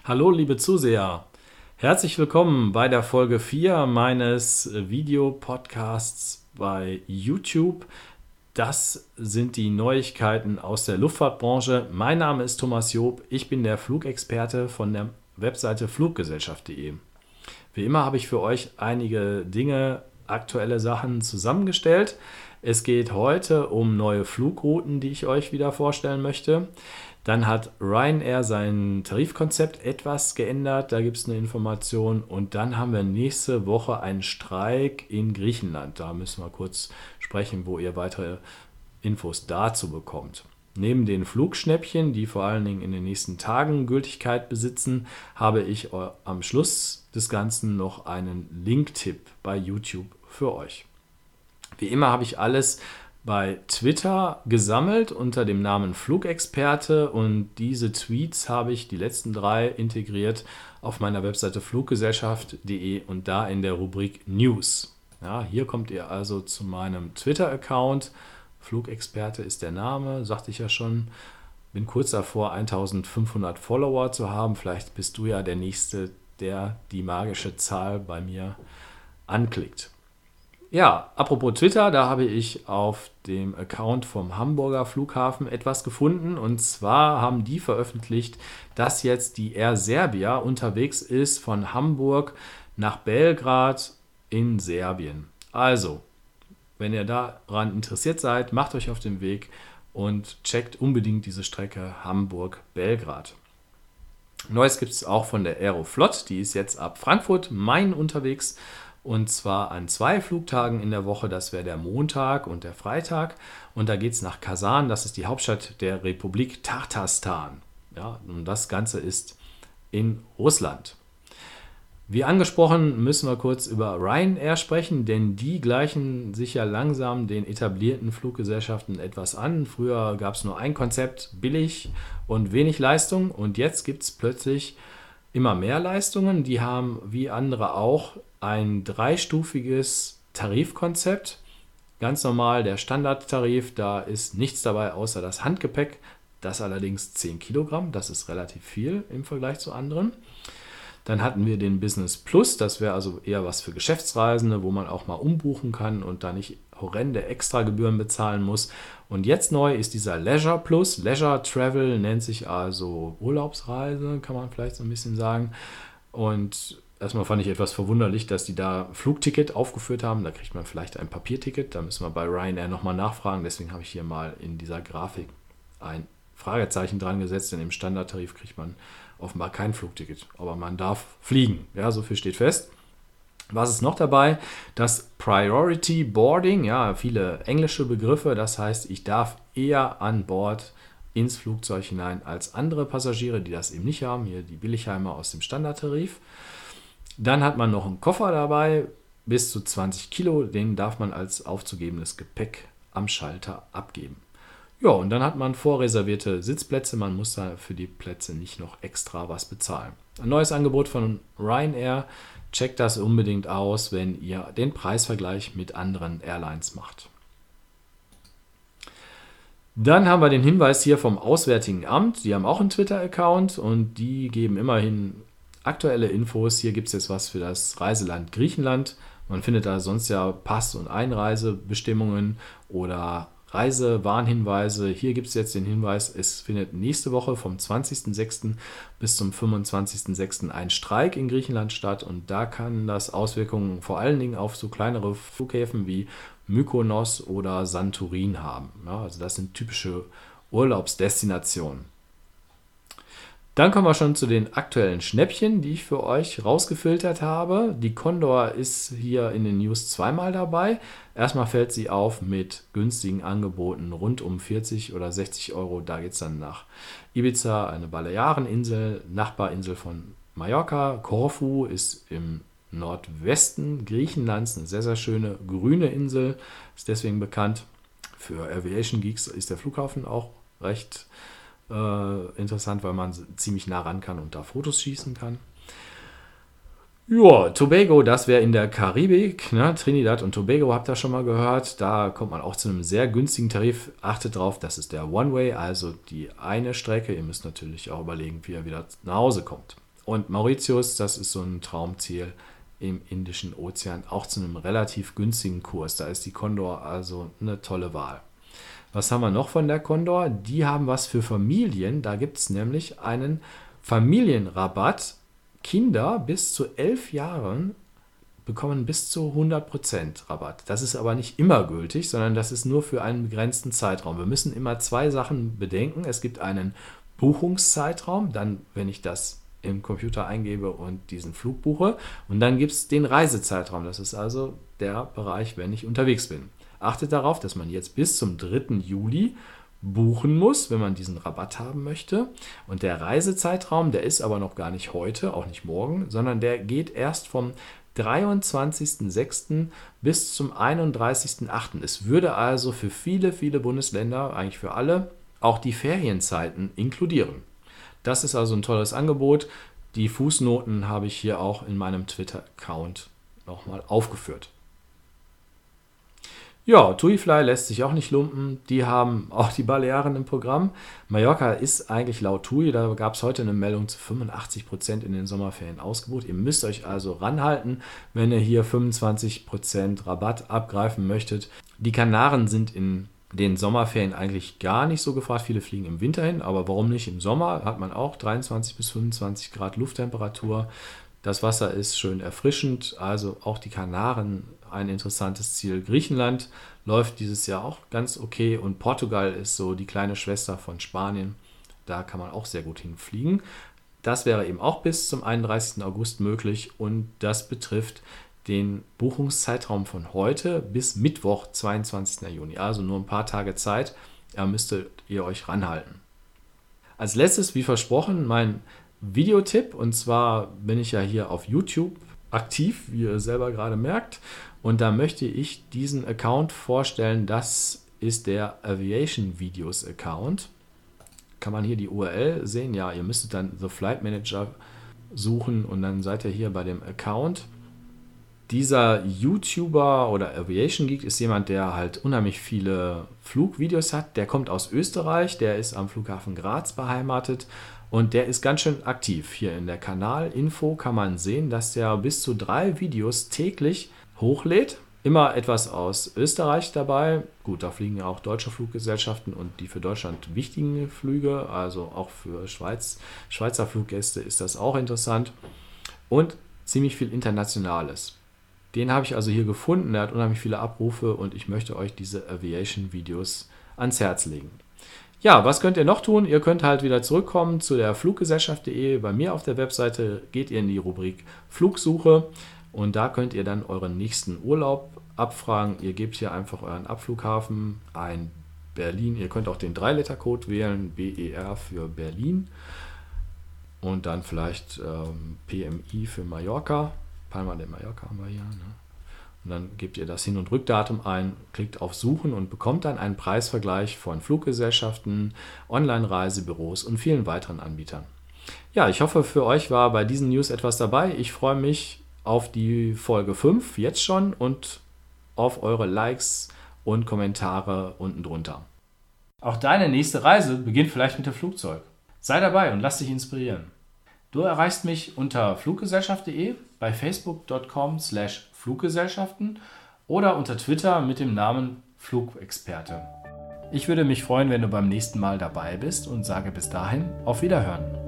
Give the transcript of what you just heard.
Hallo liebe Zuseher, herzlich willkommen bei der Folge 4 meines Videopodcasts bei YouTube. Das sind die Neuigkeiten aus der Luftfahrtbranche. Mein Name ist Thomas Job, ich bin der Flugexperte von der Webseite fluggesellschaft.de. Wie immer habe ich für euch einige Dinge, aktuelle Sachen zusammengestellt. Es geht heute um neue Flugrouten, die ich euch wieder vorstellen möchte. Dann hat Ryanair sein Tarifkonzept etwas geändert, da gibt es eine Information. Und dann haben wir nächste Woche einen Streik in Griechenland. Da müssen wir kurz sprechen, wo ihr weitere Infos dazu bekommt. Neben den Flugschnäppchen, die vor allen Dingen in den nächsten Tagen Gültigkeit besitzen, habe ich am Schluss des Ganzen noch einen Link-Tipp bei YouTube für euch. Wie immer habe ich alles bei Twitter gesammelt unter dem Namen Flugexperte und diese Tweets habe ich, die letzten 3, integriert auf meiner Webseite fluggesellschaft.de und da in der Rubrik News. Ja, hier kommt ihr also zu meinem Twitter-Account. Flugexperte ist der Name, sagte ich ja schon. Bin kurz davor, 1500 Follower zu haben. Vielleicht bist du ja der Nächste, der die magische Zahl bei mir anklickt. Ja, apropos Twitter, da habe ich auf dem Account vom Hamburger Flughafen etwas gefunden. Und zwar haben die veröffentlicht, dass jetzt die Air Serbia unterwegs ist von Hamburg nach Belgrad in Serbien. Also, wenn ihr daran interessiert seid, macht euch auf den Weg und checkt unbedingt diese Strecke Hamburg-Belgrad. Neues gibt es auch von der Aeroflot, die ist jetzt ab Frankfurt-Main unterwegs. Und zwar an 2 Flugtagen in der Woche, das wäre der Montag und der Freitag. Und da geht es nach Kasan, das ist die Hauptstadt der Republik Tatarstan. Ja, und das Ganze ist in Russland. Wie angesprochen, müssen wir kurz über Ryanair sprechen, denn die gleichen sich ja langsam den etablierten Fluggesellschaften etwas an. Früher gab es nur ein Konzept, billig und wenig Leistung. Und jetzt gibt es plötzlich immer mehr Leistungen. Die haben wie andere auch ein 3-stufiges Tarifkonzept. Ganz normal der Standardtarif, da ist nichts dabei außer das Handgepäck. Das allerdings 10 Kilogramm, das ist relativ viel im Vergleich zu anderen. Dann hatten wir den Business Plus, das wäre also eher was für Geschäftsreisende, wo man auch mal umbuchen kann und da nicht horrende Extragebühren bezahlen muss. Und jetzt neu ist dieser Leisure Plus. Leisure Travel nennt sich also Urlaubsreise, kann man vielleicht so ein bisschen sagen. Und erstmal fand ich etwas verwunderlich, dass die da Flugticket aufgeführt haben. Da kriegt man vielleicht ein Papierticket. Da müssen wir bei Ryanair nochmal nachfragen. Deswegen habe ich hier mal in dieser Grafik ein Fragezeichen dran gesetzt, denn im Standardtarif kriegt man offenbar kein Flugticket. Aber man darf fliegen. Ja, so viel steht fest. Was ist noch dabei? Das Priority Boarding, ja, viele englische Begriffe. Das heißt, ich darf eher an Bord ins Flugzeug hinein als andere Passagiere, die das eben nicht haben. Hier die Billigheimer aus dem Standardtarif. Dann hat man noch einen Koffer dabei, bis zu 20 Kilo. Den darf man als aufzugebendes Gepäck am Schalter abgeben. Ja, und dann hat man vorreservierte Sitzplätze. Man muss da für die Plätze nicht noch extra was bezahlen. Ein neues Angebot von Ryanair. Checkt das unbedingt aus, wenn ihr den Preisvergleich mit anderen Airlines macht. Dann haben wir den Hinweis hier vom Auswärtigen Amt. Die haben auch einen Twitter-Account und die geben immerhin aktuelle Infos. Hier gibt es jetzt was für das Reiseland Griechenland. Man findet da sonst ja Pass- und Einreisebestimmungen oder Reisewarnhinweise. Hier gibt es jetzt den Hinweis, es findet nächste Woche vom 20.06. bis zum 25.06. ein Streik in Griechenland statt und da kann das Auswirkungen vor allen Dingen auf so kleinere Flughäfen wie Mykonos oder Santorin haben. Ja, also das sind typische Urlaubsdestinationen. Dann kommen wir schon zu den aktuellen Schnäppchen, die ich für euch rausgefiltert habe. Die Condor ist hier in den News zweimal dabei. Erstmal fällt sie auf mit günstigen Angeboten rund um 40 oder 60 Euro. Da geht es dann nach Ibiza, eine Baleareninsel, Nachbarinsel von Mallorca. Korfu ist im Nordwesten Griechenlands eine sehr, sehr schöne grüne Insel. Ist deswegen bekannt. Für Aviation Geeks ist der Flughafen auch recht interessant, weil man ziemlich nah ran kann und da Fotos schießen kann. Ja, Tobago, das wäre in der Karibik, ne? Trinidad und Tobago habt ihr schon mal gehört. Da kommt man auch zu einem sehr günstigen Tarif. Achtet drauf, das ist der One-Way, also die eine Strecke. Ihr müsst natürlich auch überlegen, wie ihr wieder nach Hause kommt. Und Mauritius, das ist so ein Traumziel im Indischen Ozean, auch zu einem relativ günstigen Kurs. Da ist die Condor also eine tolle Wahl. Was haben wir noch von der Condor? Die haben was für Familien. Da gibt es nämlich einen Familienrabatt. Kinder bis zu 11 Jahren bekommen bis zu 100% Rabatt. Das ist aber nicht immer gültig, sondern das ist nur für einen begrenzten Zeitraum. Wir müssen immer 2 Sachen bedenken. Es gibt einen Buchungszeitraum, dann, wenn ich das im Computer eingebe und diesen Flug buche. Und dann gibt es den Reisezeitraum. Das ist also der Bereich, wenn ich unterwegs bin. Achtet darauf, dass man jetzt bis zum 3. Juli buchen muss, wenn man diesen Rabatt haben möchte. Und der Reisezeitraum, der ist aber noch gar nicht heute, auch nicht morgen, sondern der geht erst vom 23.06. bis zum 31.08. Es würde also für viele, viele Bundesländer, eigentlich für alle, auch die Ferienzeiten inkludieren. Das ist also ein tolles Angebot. Die Fußnoten habe ich hier auch in meinem Twitter-Account nochmal aufgeführt. Ja, TuiFly lässt sich auch nicht lumpen. Die haben auch die Balearen im Programm. Mallorca ist eigentlich laut TUI, da gab es heute eine Meldung zu 85% in den Sommerferien ausgebucht. Ihr müsst euch also ranhalten, wenn ihr hier 25% Rabatt abgreifen möchtet. Die Kanaren sind in den Sommerferien eigentlich gar nicht so gefragt. Viele fliegen im Winter hin, aber warum nicht im Sommer? Hat man auch 23 bis 25 Grad Lufttemperatur. Das Wasser ist schön erfrischend, also auch die Kanaren ein interessantes Ziel. Griechenland läuft dieses Jahr auch ganz okay und Portugal ist so die kleine Schwester von Spanien. Da kann man auch sehr gut hinfliegen. Das wäre eben auch bis zum 31. August möglich und das betrifft den Buchungszeitraum von heute bis Mittwoch, 22. Juni. Also nur ein paar Tage Zeit, da müsstet ihr euch ranhalten. Als letztes, wie versprochen, mein Videotipp. Und zwar bin ich ja hier auf YouTube aktiv, wie ihr selber gerade merkt. Und da möchte ich diesen Account vorstellen. Das ist der Aviation Videos Account. Kann man hier die URL sehen? Ja, ihr müsstet dann The Flight Manager suchen und dann seid ihr hier bei dem Account. Dieser YouTuber oder Aviation Geek ist jemand, der halt unheimlich viele Flugvideos hat. Der kommt aus Österreich, der ist am Flughafen Graz beheimatet und der ist ganz schön aktiv. Hier in der Kanalinfo kann man sehen, dass der bis zu 3 Videos täglich hochlädt. Immer etwas aus Österreich dabei. Gut, da fliegen ja auch deutsche Fluggesellschaften und die für Deutschland wichtigen Flüge. Also auch für Schweizer Fluggäste ist das auch interessant. Und ziemlich viel Internationales. Den habe ich also hier gefunden, er hat unheimlich viele Abrufe und ich möchte euch diese Aviation-Videos ans Herz legen. Ja, was könnt ihr noch tun? Ihr könnt halt wieder zurückkommen zu der Fluggesellschaft.de. Bei mir auf der Webseite geht ihr in die Rubrik Flugsuche und da könnt ihr dann euren nächsten Urlaub abfragen. Ihr gebt hier einfach euren Abflughafen ein, Berlin. Ihr könnt auch den 3-Letter-Code wählen, BER für Berlin und dann vielleicht PMI für Mallorca. Palma de Mallorca haben wir hier. Ne? Und dann gebt ihr das Hin- und Rückdatum ein, klickt auf Suchen und bekommt dann einen Preisvergleich von Fluggesellschaften, Online-Reisebüros und vielen weiteren Anbietern. Ja, ich hoffe, für euch war bei diesen News etwas dabei. Ich freue mich auf die Folge 5 jetzt schon und auf eure Likes und Kommentare unten drunter. Auch deine nächste Reise beginnt vielleicht mit dem Flugzeug. Sei dabei und lass dich inspirieren. Du erreichst mich unter fluggesellschaft.de, bei facebook.com/Fluggesellschaften oder unter Twitter mit dem Namen Flugexperte. Ich würde mich freuen, wenn du beim nächsten Mal dabei bist und sage bis dahin auf Wiederhören.